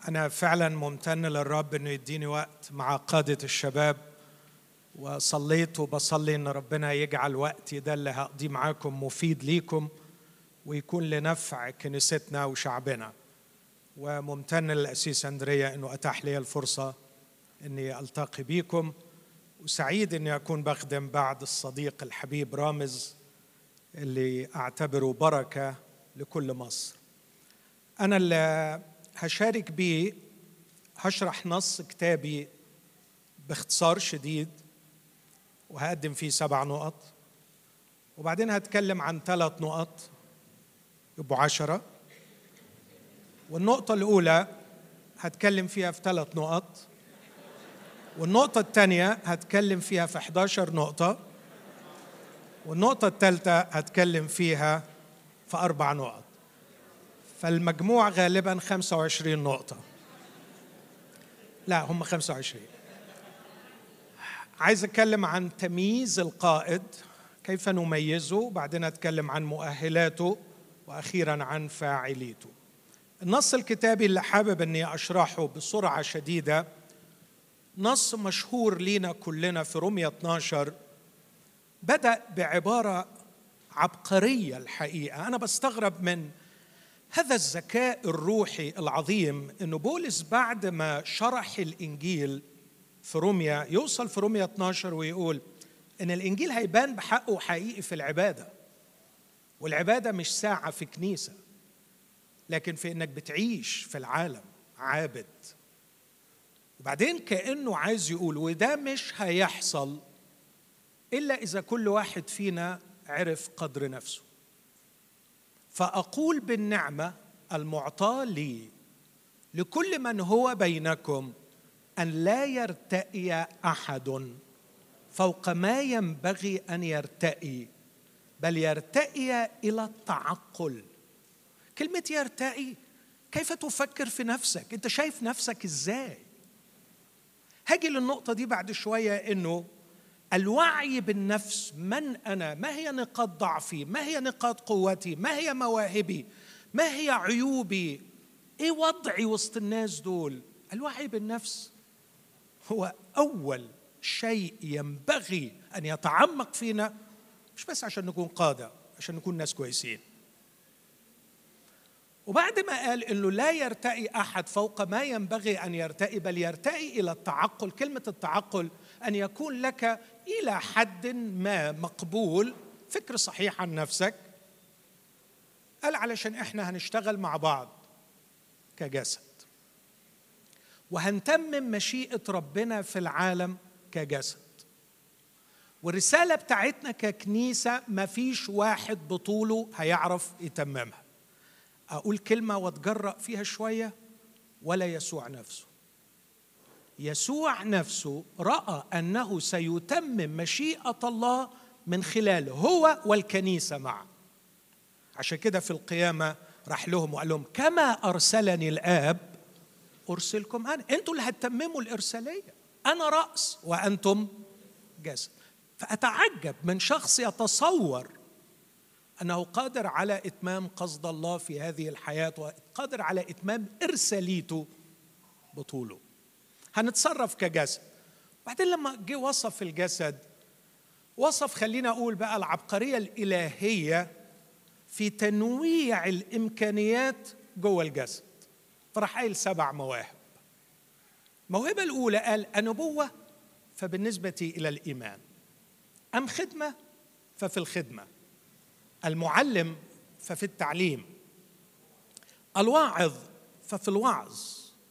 أنا فعلا ممتن للرب إنه يديني وقت مع قادة الشباب، وصليت وبصلي إن ربنا يجعل وقتي ده اللي هقضيه معاكم مفيد ليكم ويكون لنفع كنيستنا وشعبنا. وممتن للأسيس أندريا إنه أتاح لي الفرصة إني ألتقي بيكم، وسعيد إني أكون بخدم بعد الصديق الحبيب رامز اللي أعتبره بركة لكل مصر. أنا اللي هشارك بيه هشرح نص كتابي باختصار شديد، وهقدم فيه 7 نقط، وبعدين هتكلم عن 3 نقط يبقوا 10، والنقطة الأولى هتكلم فيها في 3 نقط، والنقطة الثانية هتكلم فيها في 11 نقطة، والنقطة الثالثة هتكلم فيها في 4 نقط، فالمجموع غالباً 25 نقطة. لا، هم 25. عايز أتكلم عن تمييز القائد، كيف نميزه، بعدين أتكلم عن مؤهلاته، وأخيراً عن فاعليته. النص الكتابي اللي حابب أني أشرحه بسرعة شديدة نص مشهور لينا كلنا في رومية 12. بدأ بعبارة عبقرية الحقيقة. أنا بستغرب من هذا الذكاء الروحي العظيم، إنه بولس بعد ما شرح الإنجيل في رومية يوصل في رومية 12 ويقول إن الإنجيل هيبان بحقه حقيقي في العبادة، والعبادة مش ساعة في كنيسة، لكن في إنك بتعيش في العالم عابد. وبعدين كأنه عايز يقول وده مش هيحصل إلا إذا كل واحد فينا عرف قدر نفسه. فأقول بالنعمة المعطاة لي لكل من هو بينكم أن لا يرتئي أحد فوق ما ينبغي أن يرتئي، بل يرتئي إلى التعقل. كلمة يرتئي، كيف تفكر في نفسك؟ أنت شايف نفسك إزاي؟ هاجي للنقطة دي بعد شوية، إنه الوعي بالنفس، من أنا، ما هي نقاط ضعفي، ما هي نقاط قوتي، ما هي مواهبي، ما هي عيوبي، إيه وضعي وسط الناس دول. الوعي بالنفس هو أول شيء ينبغي أن يتعمق فينا، مش بس عشان نكون قادة، عشان نكون ناس كويسين. وبعد ما قال إنه لا يرتئي أحد فوق ما ينبغي أن يرتئي، بل يرتئي إلى التعقل. كلمة التعقل أن يكون لك إلى حد ما مقبول فكر صحيح عن نفسك. قال علشان إحنا هنشتغل مع بعض كجسد، وهنتمم مشيئة ربنا في العالم كجسد، والرسالة بتاعتنا ككنيسة ما فيش واحد بطوله هيعرف يتممها. أقول كلمة واتجرأ فيها شوية، ولا يسوع نفسه. يسوع نفسه رأى أنه سيتمم مشيئة الله من خلاله هو والكنيسة معا. عشان كده في القيامة راح لهم وقال لهم كما أرسلني الآب أرسلكم أنا. أنتوا اللي هتتمموا الإرسالية، أنا رأس وأنتم جسد. فأتعجب من شخص يتصور أنه قادر على إتمام قصد الله في هذه الحياة، وقادر على إتمام إرساليته بطوله. هنتصرف كجسد. بعدين لما جه وصف الجسد، وصف، خلينا أقول بقى، العبقرية الإلهية في تنويع الإمكانيات جوه الجسد. فراح قايل 7 مواهب. الموهبة الأولى قال النبوة، فبالنسبة إلى الإيمان. أم خدمة، ففي الخدمة. المعلم، ففي التعليم. الواعظ، ففي الوعظ.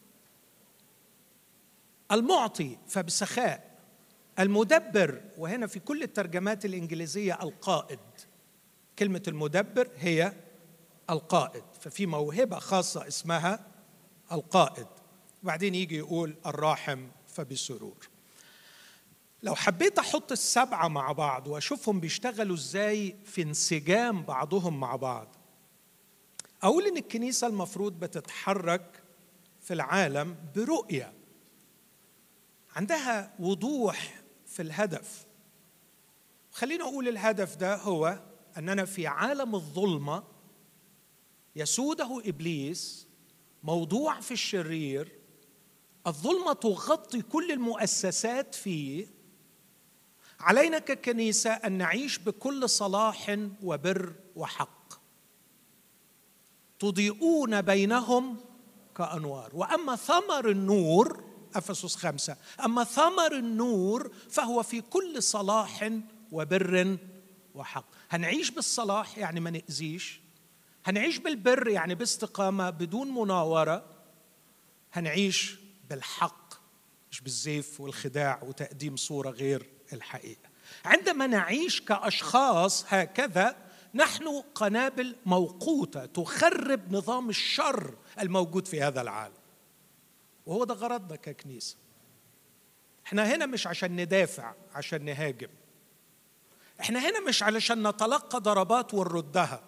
المعطي، فبسخاء. المدبر، وهنا في كل الترجمات الإنجليزية القائد. كلمة المدبر هي القائد، ففي موهبة خاصة اسمها القائد. وبعدين يجي يقول الراحم، فبسرور. لو حبيت أحط ال7 مع بعض وأشوفهم بيشتغلوا إزاي في انسجام بعضهم مع بعض، أقول إن الكنيسة المفروض بتتحرك في العالم برؤية، عندها وضوح في الهدف. خلينا أقول الهدف ده هو أننا في عالم الظلمة يسوده إبليس، موضوع في الشرير، الظلمة تغطي كل المؤسسات فيه. علينا ككنيسة أن نعيش بكل صلاح وبر وحق، تضيئون بينهم كأنوار. وأما ثمر النور، أفسس 5، أما ثمر النور فهو في كل صلاح وبر وحق. هنعيش بالصلاح يعني ما نأذيش، هنعيش بالبر يعني باستقامة بدون مناورة، هنعيش بالحق مش بالزيف والخداع وتقديم صورة غير الحقيقة. عندما نعيش كأشخاص هكذا نحن قنابل موقوتة تخرب نظام الشر الموجود في هذا العالم، وهو ده غرضنا ككنيسة. احنا هنا مش عشان ندافع، عشان نهاجم. احنا هنا مش علشان نتلقى ضربات ونردها،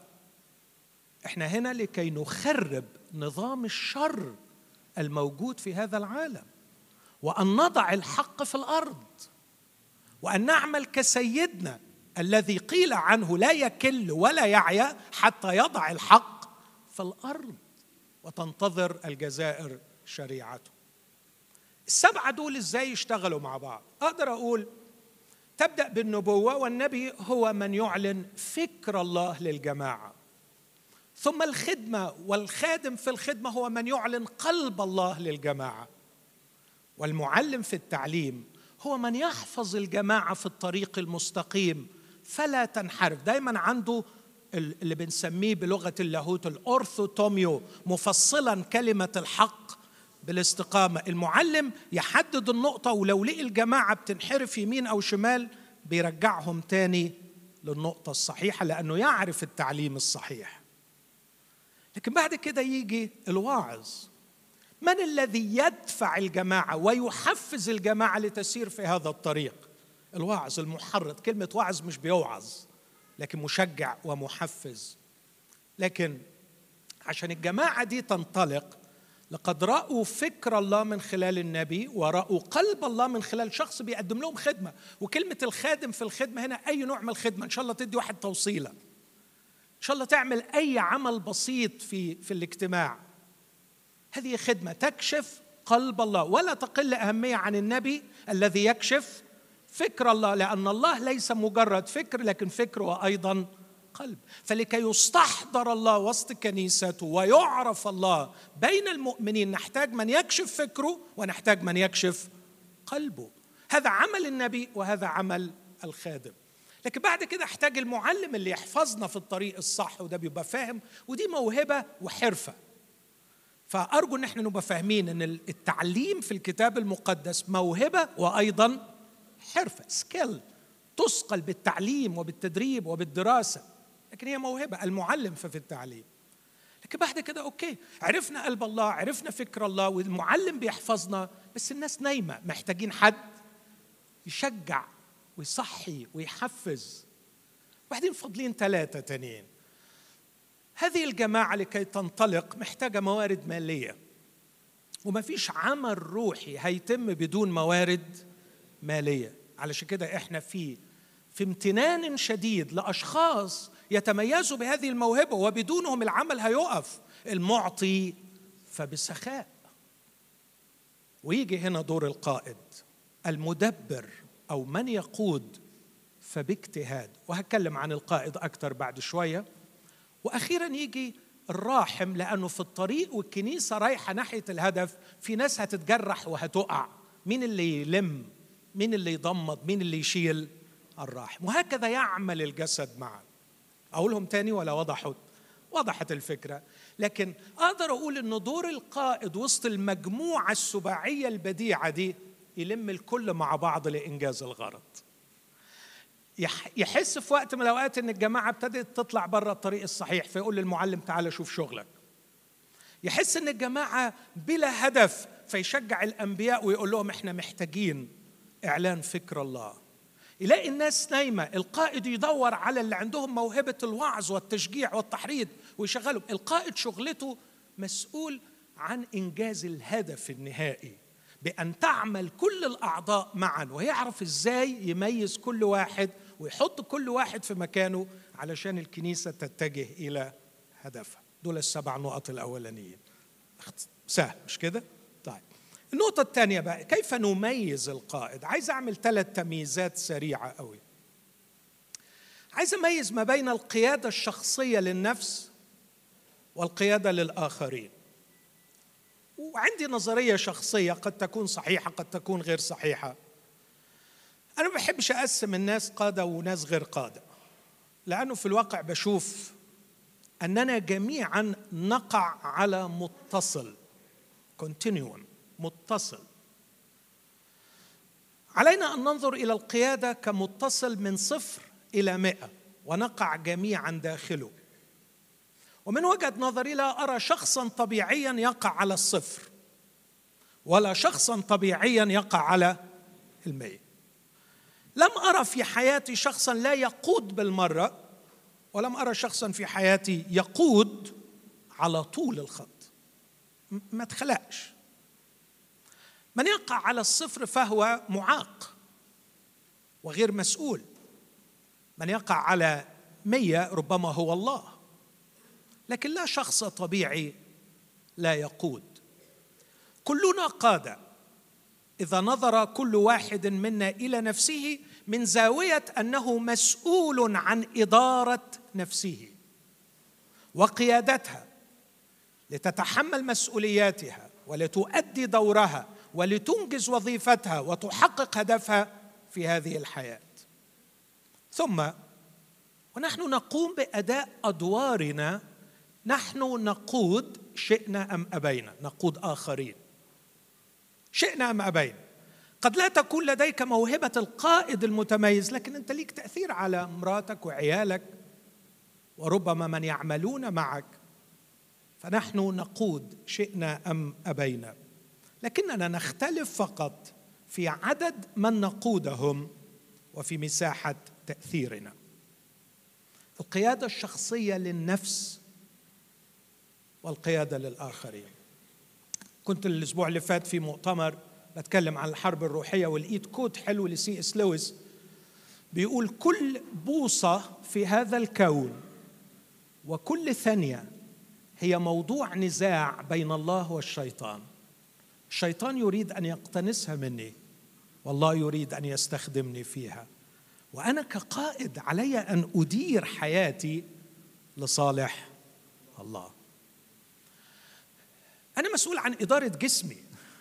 احنا هنا لكي نخرب نظام الشر الموجود في هذا العالم، وأن نضع الحق في الأرض، وأن نعمل كسيدنا الذي قيل عنه لا يكل ولا يعيا حتى يضع الحق في الأرض وتنتظر الجزائر شريعته. السبعة دول إزاي يشتغلوا مع بعض؟ أقدر أقول تبدأ بالنبوة، والنبي هو من يعلن فكر الله للجماعة. ثم الخدمة، والخادم في الخدمة هو من يعلن قلب الله للجماعة. والمعلم في التعليم هو من يحفظ الجماعة في الطريق المستقيم فلا تنحرف. دايما عنده اللي بنسميه بلغة اللاهوت الأورثوتوميو، مفصلا كلمة الحق بالاستقامة. المعلم يحدد النقطة، ولو لقي الجماعة بتنحرف يمين أو شمال بيرجعهم تاني للنقطة الصحيحة، لأنه يعرف التعليم الصحيح. لكن بعد كده يجي الواعظ. من الذي يدفع الجماعة ويحفز الجماعة لتسير في هذا الطريق؟ الواعظ المحرض. كلمة واعظ مش بيوعظ، لكن مشجع ومحفز. لكن عشان الجماعة دي تنطلق، لقد رأوا فكر الله من خلال النبي، ورأوا قلب الله من خلال شخص بيقدم لهم خدمة. وكلمة الخادم في الخدمة هنا أي نوع من الخدمة. إن شاء الله تدي واحد توصيلة، إن شاء الله تعمل أي عمل بسيط في الاجتماع، هذه خدمة تكشف قلب الله، ولا تقل أهمية عن النبي الذي يكشف فكر الله، لأن الله ليس مجرد فكر، لكن فكر وأيضا قلب. فلكي يستحضر الله وسط كنيسته ويعرف الله بين المؤمنين نحتاج من يكشف فكره ونحتاج من يكشف قلبه. هذا عمل النبي وهذا عمل الخادم. لكن بعد كده احتاج المعلم اللي يحفظنا في الطريق الصح، وده بيبقى فاهم، ودي موهبة وحرفة. فأرجو أن احنا نبقى فاهمين أن التعليم في الكتاب المقدس موهبة وأيضا حرفة، سكيل، تثقل بالتعليم وبالتدريب وبالدراسة، لكن هي موهبة. المعلم في التعليم. لكن بعد كده أوكي، عرفنا قلب الله، عرفنا فكر الله، والمعلم بيحفظنا، بس الناس نايمة، محتاجين حد يشجع ويصحي ويحفز. بعدين فاضلين 3 تانيين. هذه الجماعة لكي تنطلق محتاجة موارد مالية، وما فيش عمل روحي هيتم بدون موارد مالية. علشان كده احنا في امتنان شديد لأشخاص يتميزوا بهذه الموهبة، وبدونهم العمل هيقف. المعطي فبسخاء. ويجي هنا دور القائد، المدبر أو من يقود فباجتهاد، وهتكلم عن القائد أكتر بعد شوية. وأخيراً يجي الراحم، لأنه في الطريق والكنيسة رايحة ناحية الهدف في ناس هتتجرح وهتقع. مين اللي يلم؟ مين اللي يضمد؟ مين اللي يشيل؟ الراحم. وهكذا يعمل الجسد معا. أقولهم تاني ولا وضحت الفكرة؟ لكن أقدر أقول أن دور القائد وسط المجموعة السباعية البديعة دي يلم الكل مع بعض لإنجاز الغرض. يحس في وقت من الأوقات أن الجماعة ابتدت تطلع بره الطريق الصحيح، فيقول للمعلم تعالى شوف شغلك. يحس أن الجماعة بلا هدف، فيشجع الأنبياء ويقول لهم إحنا محتاجين إعلان فكر الله. يلاقي الناس نايمة، القائد يدور على اللي عندهم موهبة الوعظ والتشجيع والتحريض ويشغلهم. القائد شغلته مسؤول عن إنجاز الهدف النهائي، بأن تعمل كل الأعضاء معا، ويعرف إزاي يميز كل واحد ويحط كل واحد في مكانه علشان الكنيسة تتجه إلى هدفها. دول 7 نقط الأولانيين. سهل مش كده؟ طيب النقطة الثانية بقى، كيف نميز القائد؟ عايز أعمل 3 تمييزات سريعة قوي. عايز أميز ما بين القيادة الشخصية للنفس والقيادة للآخرين. وعندي نظرية شخصية قد تكون صحيحة قد تكون غير صحيحة. أنا ما بحبش أقسم الناس قادة وناس غير قادة، لأنه في الواقع بشوف أننا جميعا نقع على متصل، continuum، متصل. علينا أن ننظر إلى القيادة كمتصل من 0 إلى 100 ونقع جميعا داخله. ومن وجهة نظري لا أرى شخصا طبيعيا يقع على 0 ولا شخصا طبيعيا يقع على 100. لم أرى في حياتي شخصا لا يقود بالمرة، ولم أرى شخصا في حياتي يقود على طول الخط. ما تخلقش. من يقع على 0 فهو معاق وغير مسؤول. من يقع على 100 ربما هو الله، لكن لا شخص طبيعي لا يقود. كلنا قادة إذا نظر كل واحد منا إلى نفسه من زاوية أنه مسؤول عن إدارة نفسه وقيادتها لتتحمل مسؤولياتها ولتؤدي دورها ولتنجز وظيفتها وتحقق هدفها في هذه الحياة. ثم ونحن نقوم بأداء أدوارنا، نحن نقود شئنا أم أبينا، نقود آخرين شئنا أم أبينا. قد لا تكون لديك موهبة القائد المتميز، لكن أنت ليك تأثير على مراتك وعيالك وربما من يعملون معك، فنحن نقود شئنا أم أبينا. لكننا نختلف فقط في عدد من نقودهم وفي مساحة تأثيرنا. القيادة الشخصية للنفس والقيادة للآخرين. كنت الأسبوع اللي فات في مؤتمر بتكلم عن الحرب الروحية، ولقيت كود حلو لسي اس لويس بيقول كل بوصة في هذا الكون وكل ثانية هي موضوع نزاع بين الله والشيطان. الشيطان يريد أن يقتنسها مني والله يريد أن يستخدمني فيها، وأنا كقائد علي أن أدير حياتي لصالح الله. أنا مسؤول عن إدارة جسمي،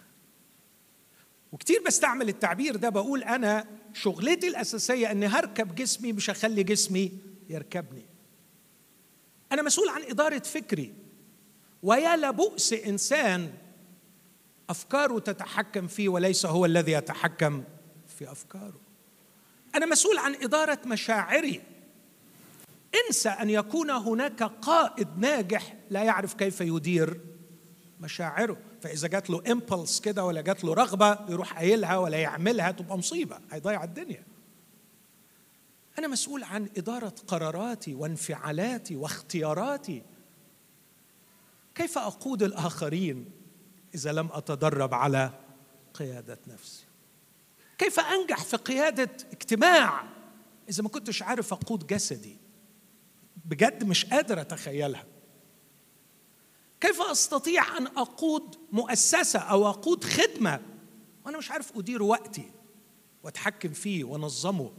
وكتير بستعمل التعبير ده، بقول أنا شغلتي الأساسية أني هركب جسمي مش هخلي جسمي يركبني. أنا مسؤول عن إدارة فكري، ويا لبؤس إنسان أفكاره تتحكم فيه وليس هو الذي يتحكم في أفكاره. أنا مسؤول عن إدارة مشاعري. انسى أن يكون هناك قائد ناجح لا يعرف كيف يدير مشاعره، فإذا جات له إمبلس كده ولا جات له رغبة يروح قايلها ولا يعملها تبقى مصيبة، هيضيع الدنيا. أنا مسؤول عن إدارة قراراتي وانفعالاتي واختياراتي. كيف أقود الآخرين إذا لم أتدرب على قيادة نفسي؟ كيف أنجح في قيادة اجتماع إذا ما كنتش عارف أقود جسدي؟ بجد مش قادر أتخيلها. كيف أستطيع أن أقود مؤسسة أو أقود خدمة وأنا مش عارف أدير وقتي وأتحكم فيه ونظمه؟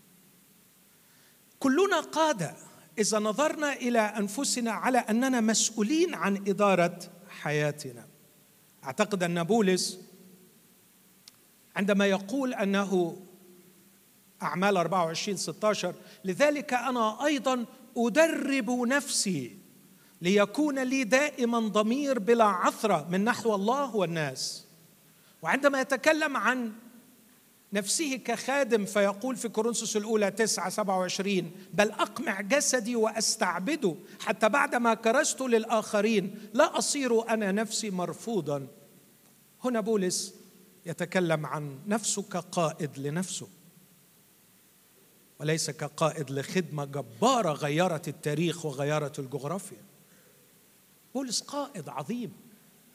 كلنا قادة إذا نظرنا إلى أنفسنا على أننا مسؤولين عن إدارة حياتنا. أعتقد أن بولس عندما يقول أنه أعمال 24:16 لذلك أنا أيضا أدرب نفسي ليكون لي دائما ضمير بلا عثرة من نحو الله والناس. وعندما يتكلم عن نفسه كخادم فيقول في كورنثوس الأولى 9:27 بل أقمع جسدي وأستعبده حتى بعدما كرست للآخرين لا أصير أنا نفسي مرفوضا. هنا بولس يتكلم عن نفسه كقائد لنفسه وليس كقائد لخدمة جبارة غيرت التاريخ وغيرت الجغرافيا. بولس قائد عظيم،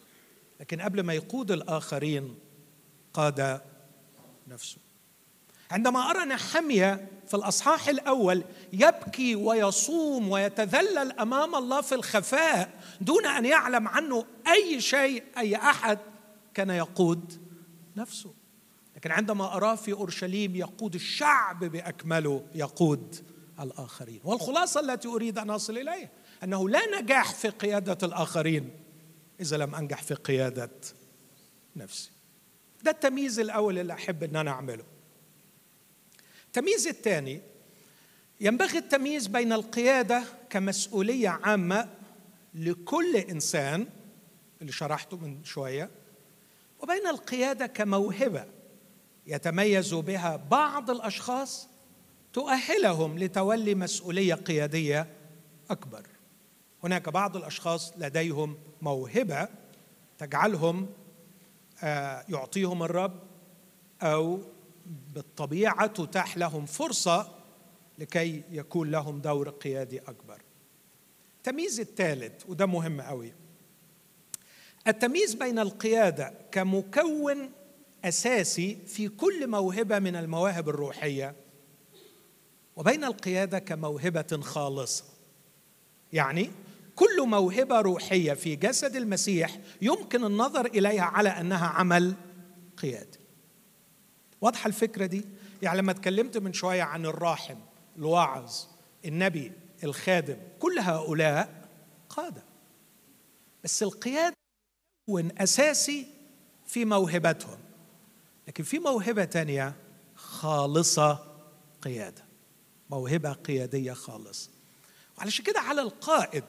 لكن قبل ما يقود الآخرين قاد نفسه. عندما أرى نحمية في الأصحاح الأول يبكي ويصوم ويتذلل أمام الله في الخفاء دون أن يعلم عنه أي شيء أي أحد، كان يقود نفسه. لكن عندما أراه في أورشليم يقود الشعب بأكمله، يقود الآخرين. والخلاصة التي أريد أن أصل إليها أنه لا نجاح في قيادة الآخرين إذا لم أنجح في قيادة نفسي. ده التمييز الأول اللي أحب أن أنا أعمله. التمييز الثاني، ينبغي التمييز بين القيادة كمسؤولية عامة لكل إنسان اللي شرحته من شوية، وبين القيادة كموهبة يتميز بها بعض الأشخاص تؤهلهم لتولي مسؤولية قيادية أكبر. هناك بعض الأشخاص لديهم موهبة تجعلهم يعطيهم الرب أو بالطبيعة تتاح لهم فرصة لكي يكون لهم دور قيادي أكبر. التمييز الثالث، وده مهم قوي، التمييز بين القيادة كمكون أساسي في كل موهبة من المواهب الروحية، وبين القيادة كموهبة خالصة. يعني كل موهبة روحية في جسد المسيح يمكن النظر إليها على أنها عمل قيادي. واضحة الفكرة دي؟ يعني لما اتكلمت من شوية عن الراحم، الواعظ، النبي، الخادم، كل هؤلاء قادة، بس القيادة مكون أساسي في موهبتهم. لكن في موهبة تانية خالصة قيادة، موهبة قيادية خالصة. وعلشان كده على القائد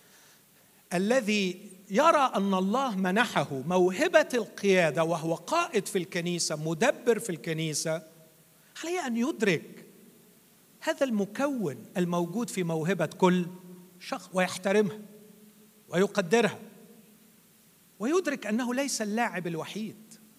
الذي يرى أن الله منحه موهبة القيادة وهو قائد في الكنيسة، مدبر في الكنيسة، عليه أن يدرك هذا المكون الموجود في موهبة كل شخص ويحترمها ويقدرها، ويدرك أنه ليس اللاعب الوحيد.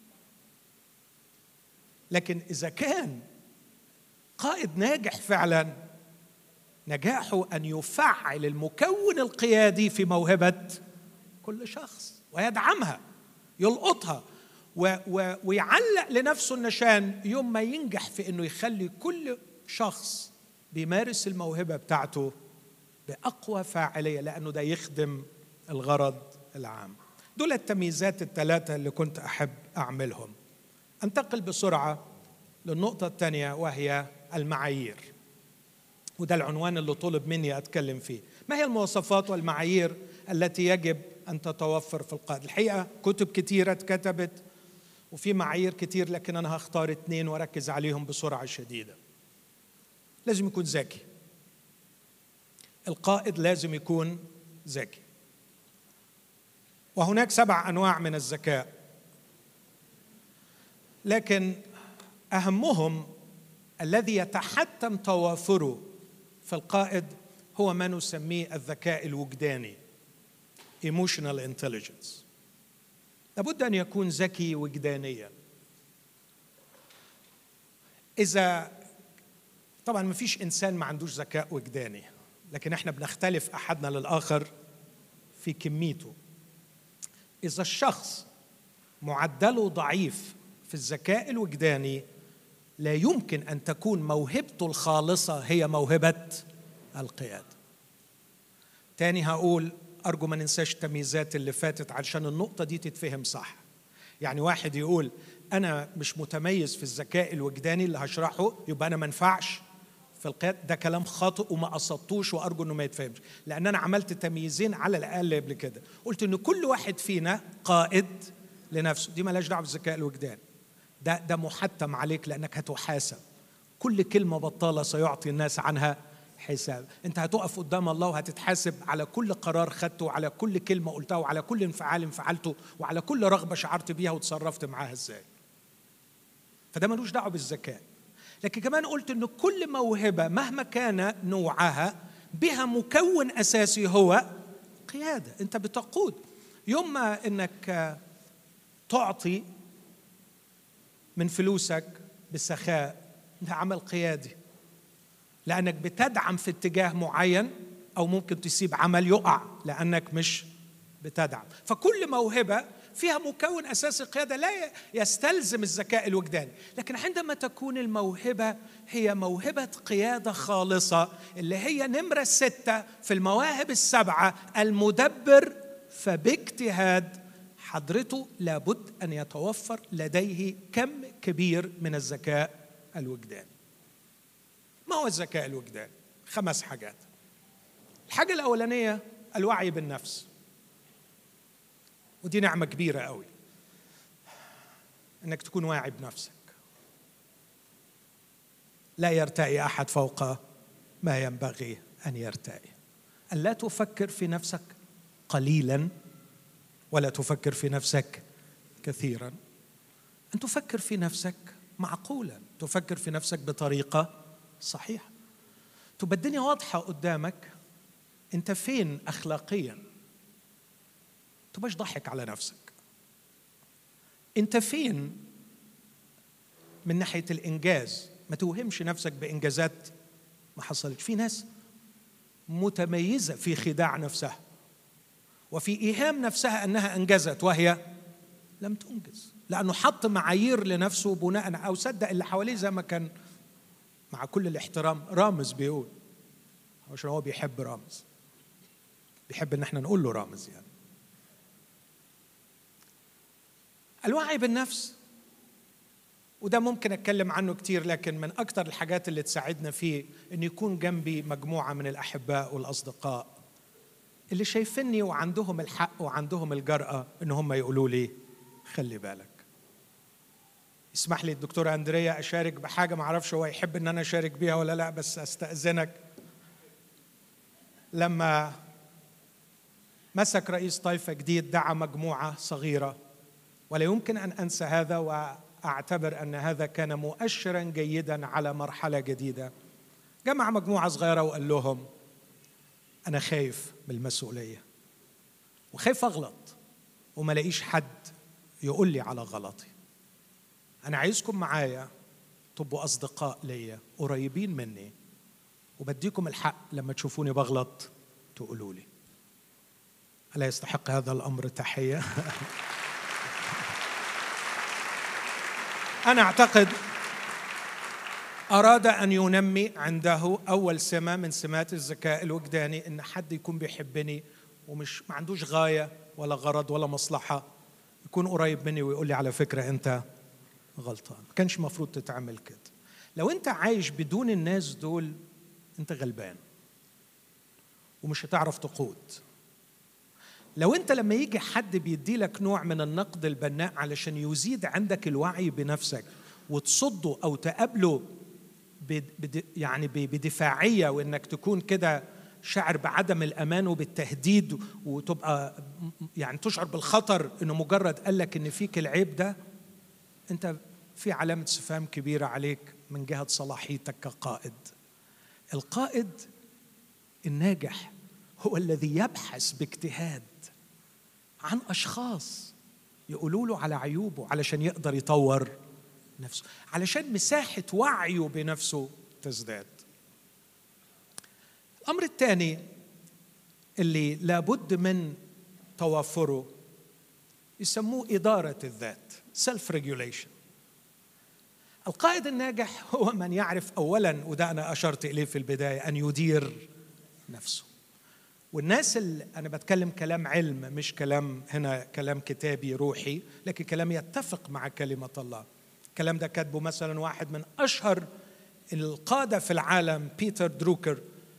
لكن إذا كان قائد ناجح فعلا، نجاحه أن يفعل المكون القيادي في موهبة كل شخص ويدعمها، يلقطها ويعلق لنفسه النشان يوم ما ينجح في أنه يخلي كل شخص بيمارس الموهبة بتاعته بأقوى فاعلية، لأنه ده يخدم الغرض العام. دول التمييزات الثلاثة اللي كنت أحب أعملهم. أنتقل بسرعة للنقطة الثانية وهي المعايير، وده العنوان اللي طلب مني أتكلم فيه. ما هي المواصفات والمعايير التي يجب أن تتوفر في القائد؟ الحقيقة كتب كتيرة اتكتبت وفي معايير كتير، لكن أنا هختار 2 وأركز عليهم بسرعة شديدة. لازم يكون ذكي، القائد لازم يكون ذكي. وهناك 7 أنواع من الذكاء، لكن أهمهم الذي يتحتم توافره في القائد هو ما نسميه الذكاء الوجداني، emotional intelligence. لابد أن يكون ذكي وجدانيا. إذا طبعا ما فيش إنسان ما عندوش ذكاء وجداني، لكن احنا بنختلف أحدنا للآخر في كميته. إذا الشخص معدله ضعيف في الذكاء الوجداني، لا يمكن أن تكون موهبته الخالصة هي موهبة القيادة. تاني هقول، أرجو ما ننساش التمييزات اللي فاتت علشان النقطة دي تتفهم صح. يعني واحد يقول أنا مش متميز في الذكاء الوجداني اللي هشرحه يبقى أنا منفعش في القيادة، ده كلام خاطئ وما قصدتوش، وأرجو أنه ما يتفهمش، لأن أنا عملت تمييزين على الأقل قبل كده. قلت أن كل واحد فينا قائد لنفسه، دي ملاش دعوة بالذكاء الوجداني، ده محتم عليك لأنك هتحاسب. كل كلمة بطالة سيعطي الناس عنها حساب. أنت هتقف قدام الله وهتتحاسب على كل قرار خدته، وعلى كل كلمة قلتها، وعلى كل انفعال انفعلته، وعلى كل رغبة شعرت بيها وتصرفت معاها إزاي. فده ملوش دعوة بالذكاء. لكن كمان قلت أن كل موهبة مهما كان نوعها بها مكون أساسي هو قيادة. أنت بتقود. يوم ما أنك تعطي من فلوسك بسخاء، ده عمل قيادي، لأنك بتدعم في اتجاه معين، أو ممكن تسيب عمل يقع لأنك مش بتدعم. فكل موهبة فيها مكون أساسي قيادة لا يستلزم الذكاء الوجداني. لكن عندما تكون الموهبة هي موهبة قيادة خالصة، اللي هي نمرة 6 في المواهب السبعة، المدبر، فباجتهاد حضرته لابد أن يتوفر لديه كم كبير من الذكاء الوجداني. ما هو الذكاء الوجداني؟ 5 حاجات. الحاجة الأولانية الوعي بالنفس، ودي نعمة كبيرة قوي إنك تكون واعي بنفسك. لا يرتقي أحد فوق ما ينبغي أن يرتقي. أن لا تفكر في نفسك قليلاً ولا تفكر في نفسك كثيراً. أن تفكر في نفسك معقولاً، تفكر في نفسك بطريقة صحيحة، تبقى الدنيا واضحة قدامك أنت فين أخلاقياً، تبقاش ضحك على نفسك. أنت فين من ناحية الإنجاز، ما توهمش نفسك بإنجازات ما حصلتش. في ناس متميزة في خداع نفسها وفي إيهام نفسها أنها أنجزت وهي لم تنجز، لأنه حط معايير لنفسه بناء أو صدق اللي حواليه، زي ما كان مع كل الاحترام رامز بيقول، عشان هو بيحب رامز، بيحب إن احنا نقول له رامز يعني. الوعي بالنفس، وده ممكن أتكلم عنه كتير، لكن من أكتر الحاجات اللي تساعدنا فيه أن يكون جنبي مجموعة من الأحباء والأصدقاء اللي شايفيني وعندهم الحق وعندهم الجرأة إن هم يقولوا لي خلي بالك. اسمح لي الدكتور أندريا أشارك بحاجة، معرفش هو يحب إن أنا أشارك بيها ولا لا، بس أستأذنك. لما مسك رئيس طائفة جديد دعا مجموعة صغيرة، ولا يمكن أن أنسى هذا، وأعتبر أن هذا كان مؤشراً جيداً على مرحلة جديدة. جمع مجموعة صغيرة وقال لهم أنا خايف بالمسؤولية وخايف أغلط وما لاقيش حد يقول لي على غلطي. أنا عايزكم معايا تبقوا أصدقاء ليا قريبين مني، وبديكم الحق لما تشوفوني بغلط تقولوا لي. ألا يستحق هذا الأمر تحية؟ أنا أعتقد أراد أن ينمي عنده أول سمة من سمات الذكاء الوجداني، إن حد يكون بيحبني ومش ما عندوش غاية ولا غرض ولا مصلحة، يكون قريب مني ويقول لي على فكرة أنت غلطان، ما كانش مفروض تتعمل كده. لو أنت عايش بدون الناس دول أنت غلبان ومش هتعرف تقود. لو أنت لما يجي حد بيدي لك نوع من النقد البناء علشان يزيد عندك الوعي بنفسك وتصده أو تقابله يعني بدفاعية، وإنك تكون كده شعر بعدم الأمان وبالتهديد، وتبقى يعني تشعر بالخطر إنه مجرد قال لك إن فيك العيب ده، أنت في علامة استفهام كبيرة عليك من جهة صلاحيتك كقائد. القائد الناجح هو الذي يبحث باجتهاد عن أشخاص يقولوا له على عيوبه علشان يقدر يطور نفسه، علشان مساحة وعيه بنفسه تزداد. الأمر الثاني اللي لابد من توافره يسموه إدارة الذات، self regulation. القائد الناجح هو من يعرف أولاً، وده أنا أشرت إليه في البداية، أن يدير نفسه. والناس اللي أنا بتكلم كلام علم، مش كلام هنا كلام كتابي روحي، لكن كلام يتفق مع كلمة الله. الكلام ده كاتبه مثلا واحد من أشهر القادة في العالم، بيتر دروكر،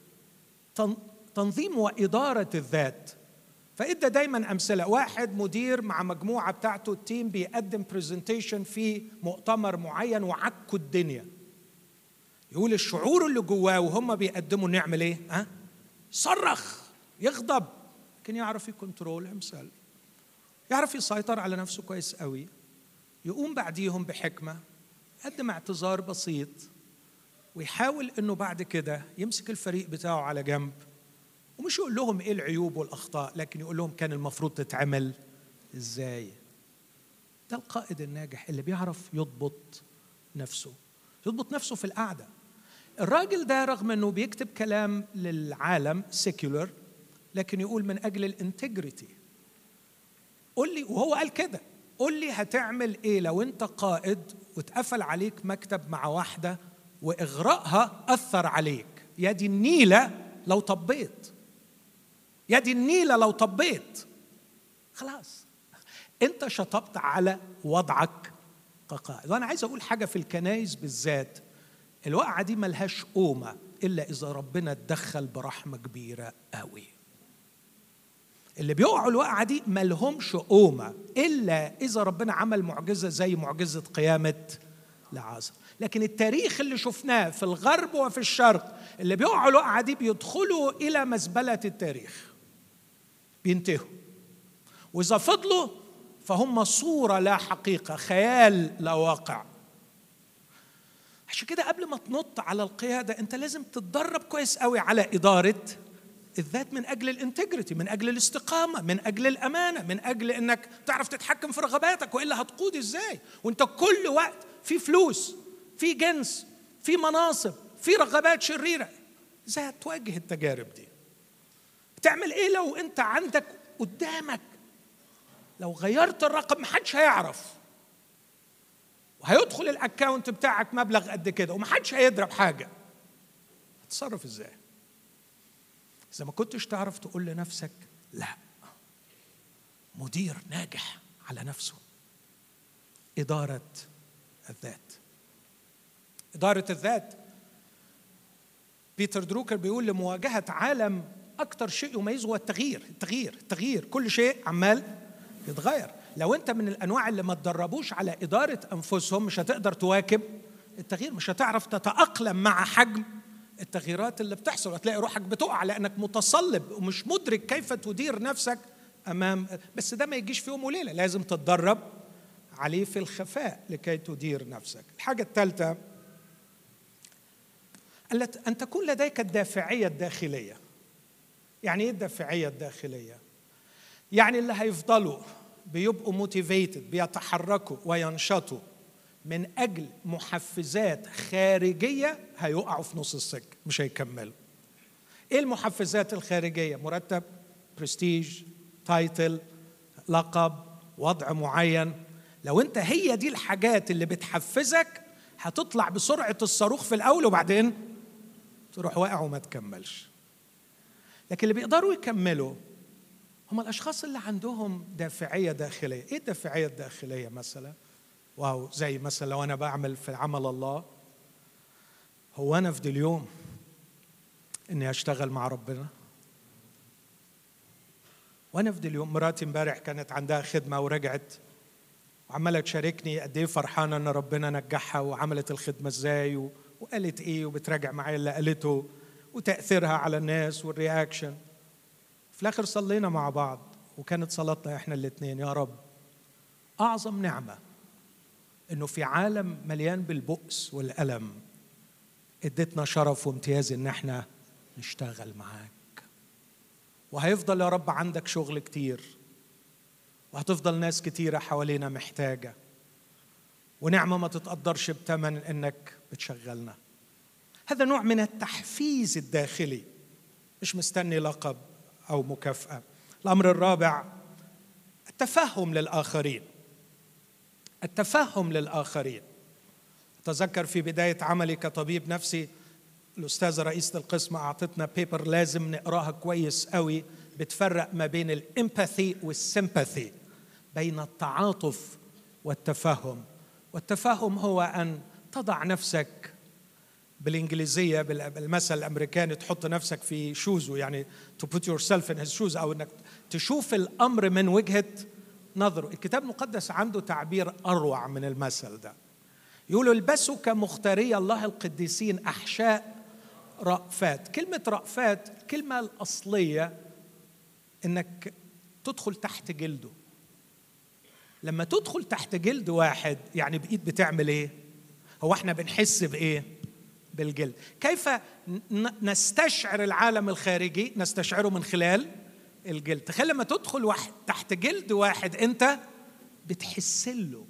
تنظيم وإدارة الذات. فإدى دايما أمثلة، واحد مدير مع مجموعة بتاعته، التيم بيقدم برزنتيشن في مؤتمر معين وعكوا الدنيا. يقول الشعور اللي جواه وهم بيقدموا نعمل إيه؟ صرخ، يغضب، لكن يعرف يكنترول himself، يعرف يسيطر على نفسه كويس قوي. يقوم بعديهم بحكمة، يقدم اعتذار بسيط، ويحاول إنه بعد كده يمسك الفريق بتاعه على جنب، ومش يقول لهم إيه العيوب والأخطاء، لكن يقول لهم كان المفروض تتعمل إزاي. ده القائد الناجح اللي بيعرف يضبط نفسه في القعدة. الراجل ده رغم أنه بيكتب كلام للعالم سيكولر، لكن يقول من أجل الانتجريتي، قول لي، وهو قال كده، قول لي هتعمل ايه لو انت قائد واتقفل عليك مكتب مع واحدة واغراءها اثر عليك؟ يا دي النيلة لو طبيت، يا دي النيلة لو طبيت. خلاص انت شطبت على وضعك كقائد. وانا عايز اقول حاجة في الكنائس بالذات، الوقعة دي ملهاش قومة الا اذا ربنا اتدخل برحمة كبيرة قوي. اللي بيقعوا الوقعة دي ملهمش قومة إلا إذا ربنا عمل معجزة زي معجزة قيامة لعازر. لكن التاريخ اللي شفناه في الغرب وفي الشرق، اللي بيقعوا الوقعة دي بيدخلوا إلى مزبلة التاريخ، بينتهوا. وإذا فضلوا فهم صورة لا حقيقة، خيال لا واقع. عشان كده قبل ما تنط على القيادة أنت لازم تتدرب كويس قوي على إدارة الذات، من أجل الانتجريتي، من أجل الاستقامة، من أجل الأمانة، من أجل أنك تعرف تتحكم في رغباتك، وإلا هتقود إزاي وأنت كل وقت في فلوس، في جنس، في مناصب، في رغبات شريرة؟ إزاي هتواجه التجارب دي؟ بتعمل إيه لو أنت عندك قدامك، لو غيرت الرقم محدش هيعرف، وهيدخل الأكاونت بتاعك مبلغ قد كده ومحدش هيضرب حاجة، هتصرف إزاي؟ إذا ما كنتش تعرف تقول لنفسك لا. مدير ناجح على نفسه. إدارة الذات. إدارة الذات، بيتر دروكر بيقول لمواجهة عالم أكتر شيء يميزه هو التغيير. كل شيء عمال يتغير. لو أنت من الأنواع اللي ما تدربوش على إدارة أنفسهم مش هتقدر تواكب التغيير، مش هتعرف تتأقلم مع حجم التغييرات اللي بتحصل، وتلاقي روحك بتقع لأنك متصلب ومش مدرك كيف تدير نفسك أمام. بس ده ما يجيش في يوم وليلة، لازم تتدرب عليه في الخفاء لكي تدير نفسك. الحاجة الثالثة أن تكون لديك الدافعية الداخلية. يعني إيه الدافعية الداخلية؟ يعني اللي هيفضلوا بيبقوا موتيفيتد، بيتحركوا وينشطوا من أجل محفزات خارجية، هيقعوا في نص السكة، مش هيكملوا. إيه المحفزات الخارجية؟ مرتب، برستيج، تايتل، لقب، وضع معين. لو أنت هي دي الحاجات اللي بتحفزك، هتطلع بسرعة الصاروخ في الأول وبعدين تروح واقع وما تكملش. لكن اللي بيقدروا يكملوا هم الأشخاص اللي عندهم دافعية داخلية. إيه الدافعية الداخلية مثلا؟ واو، زي مثلا لو أنا بعمل في عمل الله، هو أنا في اليوم إني أشتغل مع ربنا؟ وأنا في اليوم، مراتي امبارح كانت عندها خدمة ورجعت وعمالة تشاركني قد إيه فرحانة إن ربنا نجحها وعملت الخدمة إزاي وقالت إيه، وبتراجع معايا اللي قالته وتأثيرها على الناس والرياكشن. في الآخر صلينا مع بعض، وكانت صلاتنا إحنا الاثنين: يا رب، أعظم نعمة إنه في عالم مليان بالبؤس والألم اديتنا شرف وامتياز إن إحنا نشتغل معاك. وهيفضل يا رب عندك شغل كتير، وهتفضل ناس كتيرة حوالينا محتاجة، ونعمة ما تتقدرش بثمن إنك بتشغلنا. هذا نوع من التحفيز الداخلي، مش مستني لقب أو مكافأة. الأمر الرابع: التفهم للآخرين. التفهم للآخرين. أتذكر في بداية عملي كطبيب نفسي، الأستاذة رئيسة القسم أعطتنا بيبر لازم نقراها كويس قوي، بتفرق ما بين الإمباثي والسيمباثي، بين التعاطف والتفهم. والتفهم هو أن تضع نفسك، بالإنجليزية بالمثل الأمريكاني، تحط نفسك في شوزه، يعني to put yourself in his shoes، أو أنك تشوف الأمر من وجهة نظره. الكتاب المقدس عنده تعبير أروع من المثل ده، يقولوا: البسوا كمختاري الله القديسين أحشاء رأفات. كلمة رأفات الكلمة الأصلية إنك تدخل تحت جلده. لما تدخل تحت جلد واحد يعني بإيد بتعمل إيه؟ هو إحنا بنحس بإيه؟ بالجلد. كيف نستشعر العالم الخارجي؟ نستشعره من خلال الجلد. تخيل لما تدخل تحت جلد واحد أنت بتحس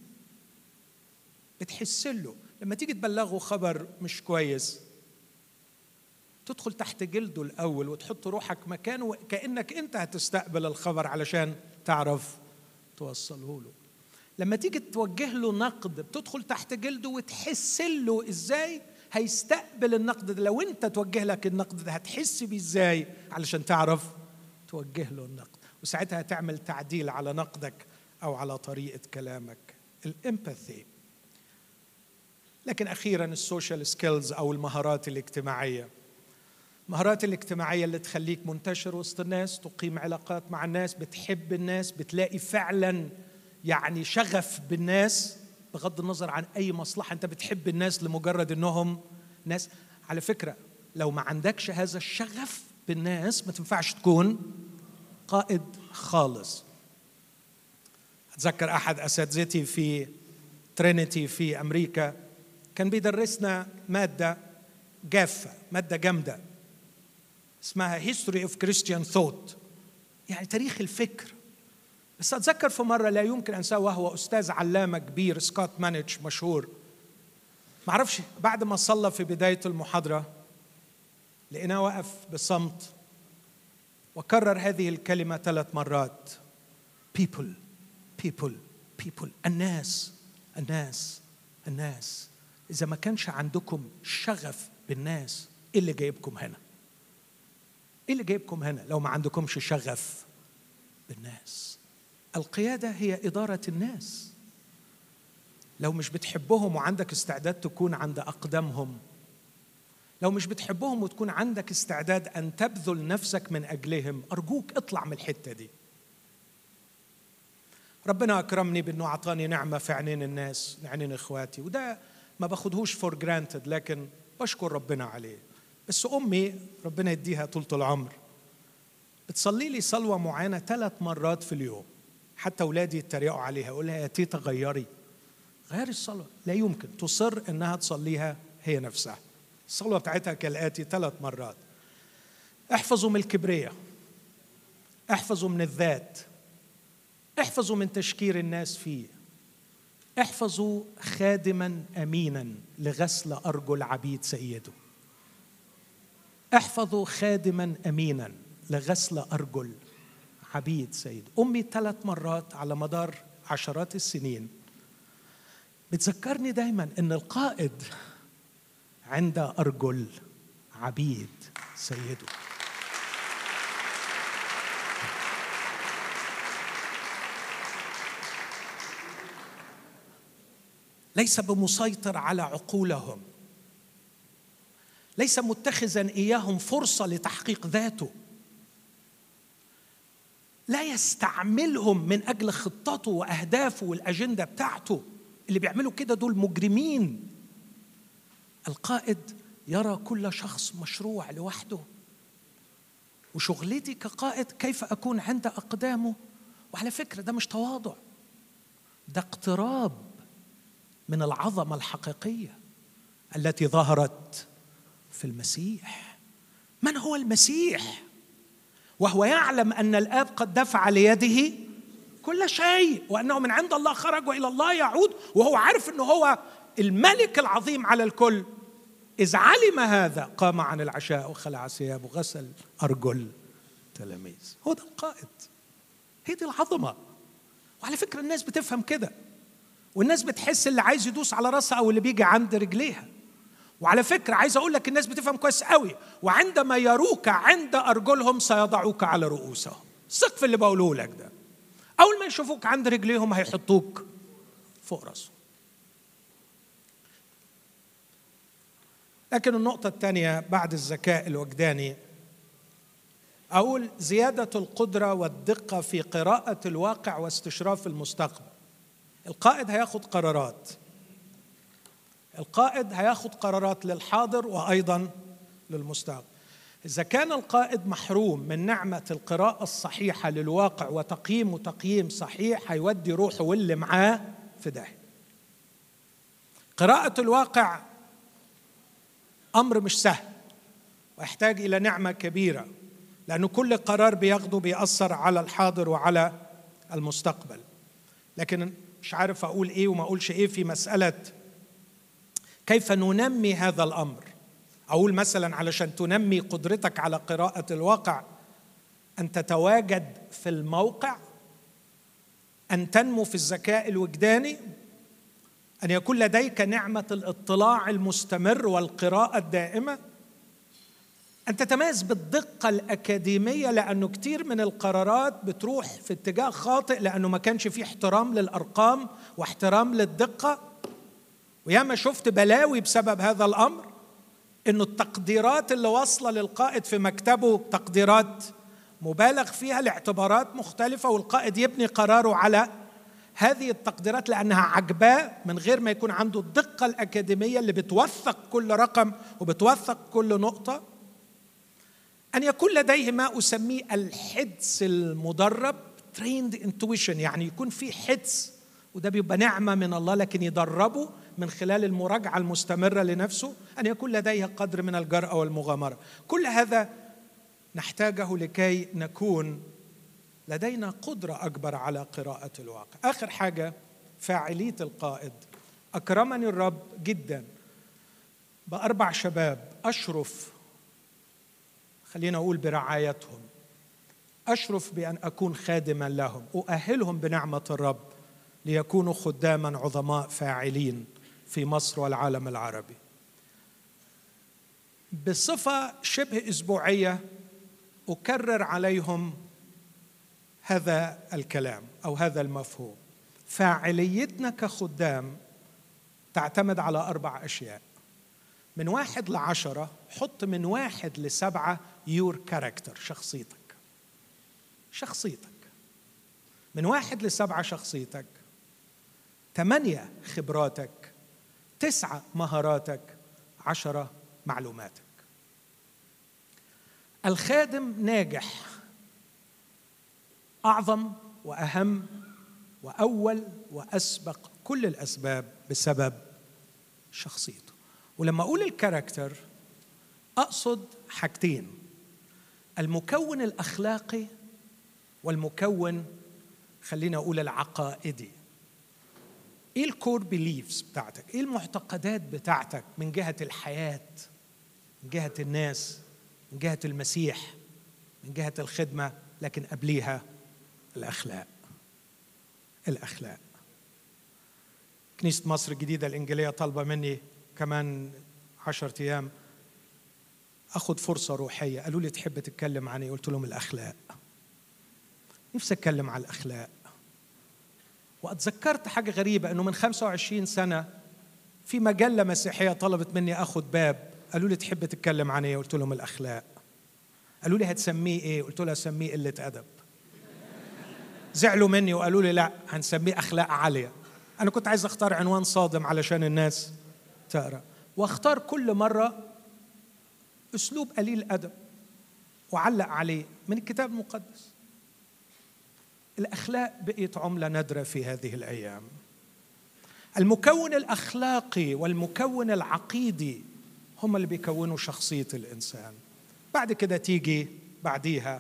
له. لما تيجي تبلغه خبر مش كويس، تدخل تحت جلده الأول وتحط روحك مكانه، كأنك أنت هتستقبل الخبر علشان تعرف توصله له. لما تيجي توجه له نقد بتدخل تحت جلده وتحس له ازاي هيستقبل النقد ده. لو انت توجه لك النقد ده هتحس بيه ازاي علشان تعرف توجه له النقد، وساعتها هتعمل تعديل على نقدك او على طريقة كلامك. الامباثي. لكن اخيرا السوشيال سكيلز او المهارات الاجتماعية. المهارات الاجتماعية اللي تخليك منتشر وسط الناس، تقيم علاقات مع الناس، بتحب الناس، بتلاقي فعلا يعني شغف بالناس بغض النظر عن أي مصلحة. أنت بتحب الناس لمجرد أنهم ناس. على فكرة لو ما عندكش هذا الشغف بالناس ما تنفعش تكون قائد خالص. أتذكر أحد أساتذتي في ترينيتي في أمريكا كان بيدرسنا مادة جافة، مادة جامدة اسمها History of Christian Thought، يعني تاريخ الفكر. بس أتذكر في مرة لا يمكن أنساه، وهو أستاذ علامة كبير سكوت مانيتش مشهور، معرفش بعد ما صلى في بداية المحاضرة لقيناه وقف بصمت وكرر هذه الكلمة 3 مرات: people people people. الناس الناس الناس. إذا ما كانش عندكم شغف بالناس إيه اللي جايبكم هنا؟ إيه اللي جايبكم هنا لو ما عندكمش شغف بالناس؟ القيادة هي إدارة الناس. لو مش بتحبهم وعندك استعداد تكون عند أقدامهم، لو مش بتحبهم وتكون عندك استعداد أن تبذل نفسك من أجلهم، أرجوك اطلع من الحتة دي. ربنا أكرمني بأنه أعطاني نعمة في عينين الناس، عينين إخواتي، وده ما باخدهوش فور جرانتد، لكن بشكر ربنا عليه. بس أمي ربنا يديها طولة العمر بتصلي لي صلوة معينة 3 مرات في اليوم، حتى أولادي يتريقوا عليها، أقول لها يا تيتا غيري الصلاة. لا يمكن، تصر إنها تصليها هي نفسها. الصلوة بتاعتها كالآتي 3 مرات: احفظوا من الكبرياء، احفظوا من الذات، احفظوا من تشكير الناس فيه، احفظوا خادما أمينا لغسل أرجل عبيد سيده. احفظوا خادما أمينا لغسل أرجل عبيد سيده. أمي 3 مرات على مدار عشرات السنين بتذكرني دايما أن القائد عند أرجل عبيد سيده. ليس بمسيطر على عقولهم، ليس متخذا إياهم فرصة لتحقيق ذاته، لا يستعملهم من أجل خطته وأهدافه والأجندة بتاعته. اللي بيعملوا كده دول مجرمين. القائد يرى كل شخص مشروع لوحده، وشغلتي كقائد كيف أكون عند أقدامه. وعلى فكرة ده مش تواضع، ده اقتراب من العظمة الحقيقية التي ظهرت في المسيح. من هو المسيح؟ وهو يعلم أن الآب قد دفع ليده كل شيء، وأنه من عند الله خرج وإلى الله يعود، وهو عارف أنه هو الملك العظيم على الكل. إذ علم هذا قام عن العشاء وخلع ثيابه وغسل أرجل تلاميذ. هو ده القائد، هي دي العظمة. وعلى فكرة الناس بتفهم كده، والناس بتحس اللي عايز يدوس على رأسها أو اللي بيجي عند رجليها. وعلى فكرة عايز أقول لك الناس بتفهم كويس قوي، وعندما يروك عند أرجلهم سيضعوك على رؤوسهم. ثق في اللي بقوله لك ده، أول ما يشوفوك عند رجليهم هيحطوك فوق رأسهم. لكن النقطة الثانية بعد الذكاء الوجداني أقول زيادة القدرة والدقة في قراءة الواقع واستشراف المستقبل. القائد هياخد قرارات، القائد هياخد قرارات للحاضر وأيضا للمستقبل. إذا كان القائد محروم من نعمة القراءة الصحيحة للواقع وتقييم صحيح، هيودي روحه واللي معاه في داهية. قراءة الواقع أمر مش سهل ويحتاج إلى نعمة كبيرة، لأنه كل قرار بياخده بيأثر على الحاضر وعلى المستقبل. لكن مش عارف أقول إيه وما أقولش إيه في مسألة كيف ننمي هذا الأمر. أقول مثلا علشان تنمي قدرتك على قراءة الواقع أن تتواجد في الموقع أن تنمو في الذكاء الوجداني، أن يكون لديك نعمة الاطلاع المستمر والقراءة الدائمة، أن تتميز بالدقة الأكاديمية، لأنه كتير من القرارات بتروح في اتجاه خاطئ لأنه ما كانش فيه احترام للأرقام واحترام للدقة. وياما شفت بلاوي بسبب هذا الأمر، إنه التقديرات اللي واصلة للقائد في مكتبه تقديرات مبالغ فيها لاعتبارات مختلفة، والقائد يبني قراره على هذه التقديرات لأنها عجباه من غير ما يكون عنده الدقة الأكاديمية اللي بتوثق كل رقم وبتوثق كل نقطة. أن يكون لديه ما أسميه الحدس المدرب trained intuition، يعني يكون في حدس، وده بيبقى نعمة من الله، لكن يدربه من خلال المراجعة المستمرة لنفسه. أن يكون لديه قدر من الجرأة والمغامرة. كل هذا نحتاجه لكي نكون لدينا قدرة أكبر على قراءة الواقع. آخر حاجة فاعلية القائد. أكرمني الرب جدا ب4 شباب أشرف، خلينا أقول برعايتهم، أشرف بأن أكون خادما لهم، أؤهلهم بنعمة الرب ليكونوا خداما عظماء فاعلين في مصر والعالم العربي. بصفة شبه أسبوعية أكرر عليهم هذا الكلام أو هذا المفهوم. فاعليتنا كخدام تعتمد على 4 أشياء. من 1 ل10 حط من 1 ل7 your character، شخصيتك. من 1 ل7 شخصيتك، 8 خبراتك، 9 مهاراتك، 10 معلوماتك. الخادم ناجح أعظم وأهم وأول وأسبق كل الأسباب بسبب شخصيته. ولما أقول الكاركتر أقصد حاجتين: المكون الأخلاقي والمكون خلينا أقول العقائدي. إيه الكور بيليفز بتاعتك؟ إيه المعتقدات بتاعتك من جهة الحياة، من جهة الناس، من جهة المسيح، من جهة الخدمة، لكن قبليها الأخلاق. كنيسة مصر الجديدة الإنجيلية طالبة مني كمان 10 أيام أخذ فرصة روحية. قالوا لي تحب تتكلم عن إيه؟ قلت لهم الأخلاق. نفسي أتكلم عن الأخلاق. وأتذكرت حاجة غريبة، أنه من 25 سنة في مجلة مسيحية طلبت مني أخذ باب. قالوا لي تحب تتكلم عن إيه؟ قلت لهم الأخلاق. قالوا لي هتسميه إيه؟ قلت له هسميه قلة أدب. زعلوا مني وقالوا لي لا، هنسميه أخلاق عالية. أنا كنت عايز أختار عنوان صادم علشان الناس تقرأ، واختار كل مرة أسلوب قليل أدب وعلق عليه من الكتاب المقدس. الأخلاق بقيت عملة نادرة في هذه الأيام. المكون الأخلاقي والمكون العقيدي هم اللي بيكونوا شخصية الإنسان. بعد كده تيجي بعديها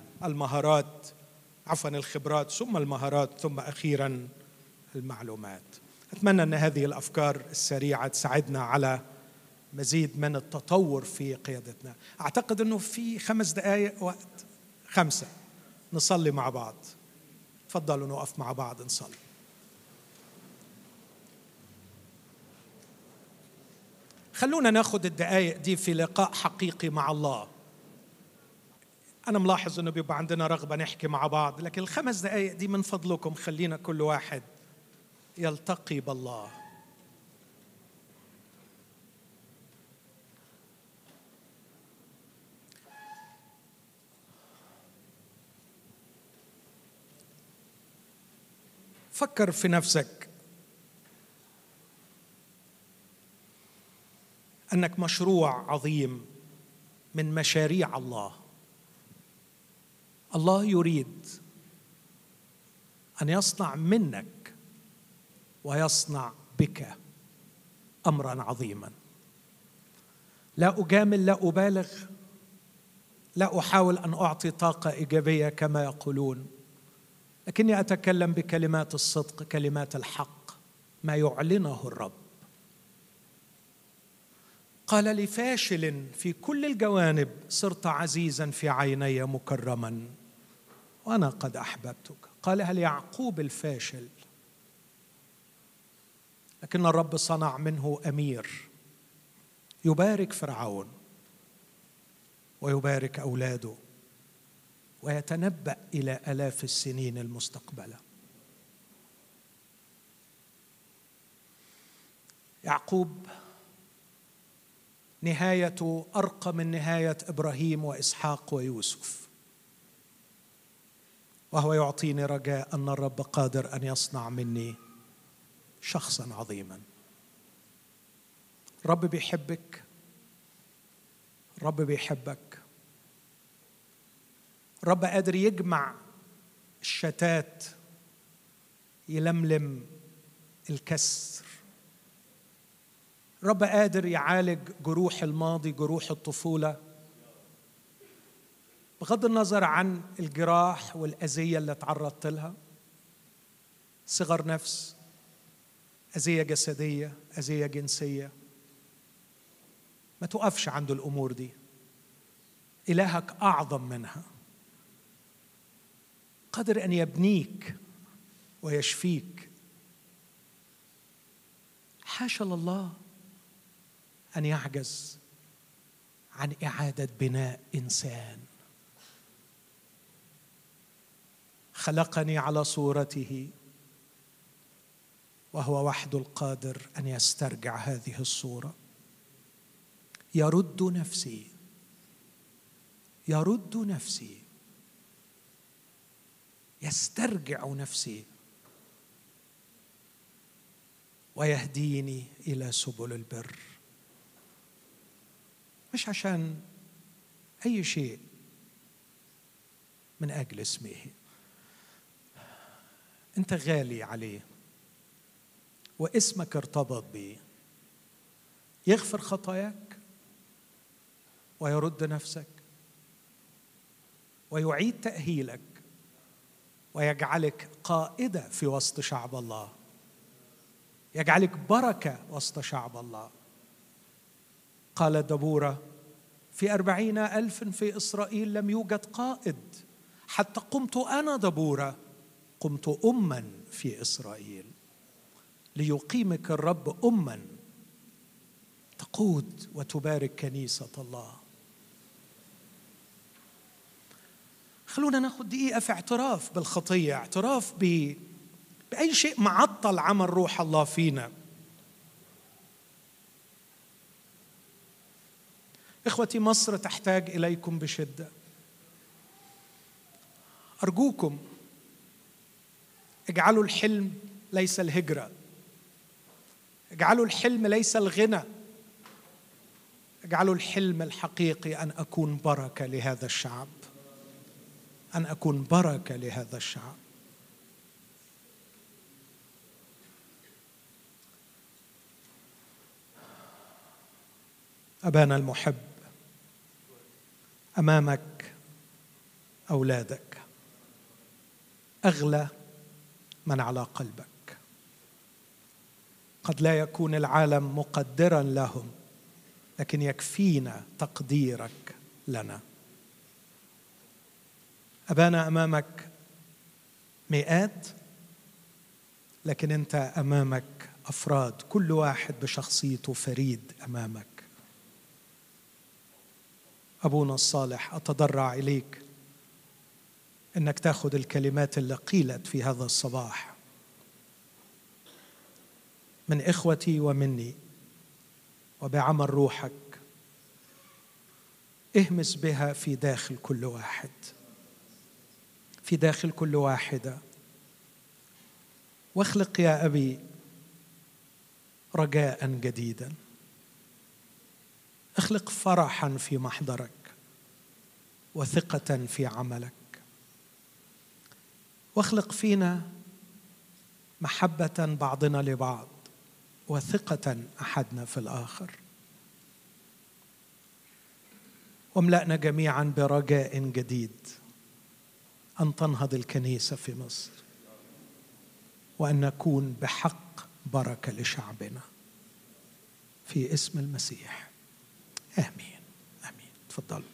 الخبرات، ثم المهارات، ثم أخيراً المعلومات. أتمنى أن هذه الأفكار السريعة تساعدنا على مزيد من التطور في قيادتنا. أعتقد أنه في 5 دقائق وقت 5 نصلي مع بعض. تفضلوا نقف مع بعض نصلي. خلونا ناخد الدقائق دي في لقاء حقيقي مع الله. أنا ملاحظ أنه بيبقى عندنا رغبة نحكي مع بعض، لكن ال5 دقائق دي من فضلكم خلينا كل واحد يلتقي بالله. فكر في نفسك أنك مشروع عظيم من مشاريع الله. الله يريد أن يصنع منك ويصنع بك أمراً عظيماً. لا أجامل، لا أبالغ، لا أحاول أن أعطي طاقة إيجابية كما يقولون، لكني أتكلم بكلمات الصدق، كلمات الحق، ما يعلنه الرب. قال لي: فاشل في كل الجوانب صرت عزيزاً في عيني مكرماً وأنا قد أحببتك. قالها ليعقوب الفاشل، لكن الرب صنع منه أمير يبارك فرعون ويبارك أولاده ويتنبأ إلى آلاف السنين المستقبلة. يعقوب نهايته أرقى من نهاية إبراهيم وإسحاق ويوسف، وهو يعطيني رجاء أن الرب قادر أن يصنع مني شخصاً عظيماً. الرب بيحبك، الرب بيحبك، الرب قادر يجمع الشتات، يلملم الكسر. الرب قادر يعالج جروح الماضي، جروح الطفولة، بغض النظر عن الجراح والأذية اللي تعرضت لها، صغر نفس، أذية جسدية، أذية جنسية. ما توقفش عند الأمور دي، إلهك أعظم منها، قادر أن يبنيك ويشفيك. حاشا لله أن يعجز عن إعادة بناء إنسان. خلقني على صورته، وهو وحده القادر أن يسترجع هذه الصورة. يرد نفسي، يرد نفسي، يسترجع نفسي ويهديني إلى سبل البر. مش عشان أي شيء، من أجل اسمه. أنت غالي عليه واسمك ارتبط به. يغفر خطاياك ويرد نفسك ويعيد تأهيلك ويجعلك قائدة في وسط شعب الله، يجعلك بركة وسط شعب الله. قال دبورة: في 40,000 في إسرائيل لم يوجد قائد، حتى قمت أنا دبورة، قمت أماً في إسرائيل. ليقيمك الرب أماً تقود وتبارك كنيسة الله. خلونا ناخد دقيقة في اعتراف بالخطية، اعتراف بأي شيء معطل عمل روح الله فينا. إخوتي، مصر تحتاج إليكم بشدة. أرجوكم اجعلوا الحلم ليس الهجرة، اجعلوا الحلم ليس الغنى، اجعلوا الحلم الحقيقي أن أكون بركة لهذا الشعب، أن أكون بركة لهذا الشعب. أبانا المحب، أمامك أولادك، أغلى من على قلبك. قد لا يكون العالم مقدراً لهم، لكن يكفينا تقديرك لنا. أبانا أمامك مئات، لكن أنت أمامك أفراد، كل واحد بشخصيته فريد أمامك. أبونا الصالح، أتضرع إليك إنك تأخذ الكلمات اللي قيلت في هذا الصباح من إخوتي ومني، وبعمل روحك اهمس بها في داخل كل واحد، في داخل كل واحدة، واخلق يا أبي رجاء جديدا، اخلق فرحا في محضرك وثقة في عملك، واخلق فينا محبة بعضنا لبعض وثقة أحدنا في الآخر، واملأنا جميعا برجاء جديد أن تنهض الكنيسة في مصر، وأن نكون بحق بركة لشعبنا في اسم المسيح. آمين آمين. تفضلوا.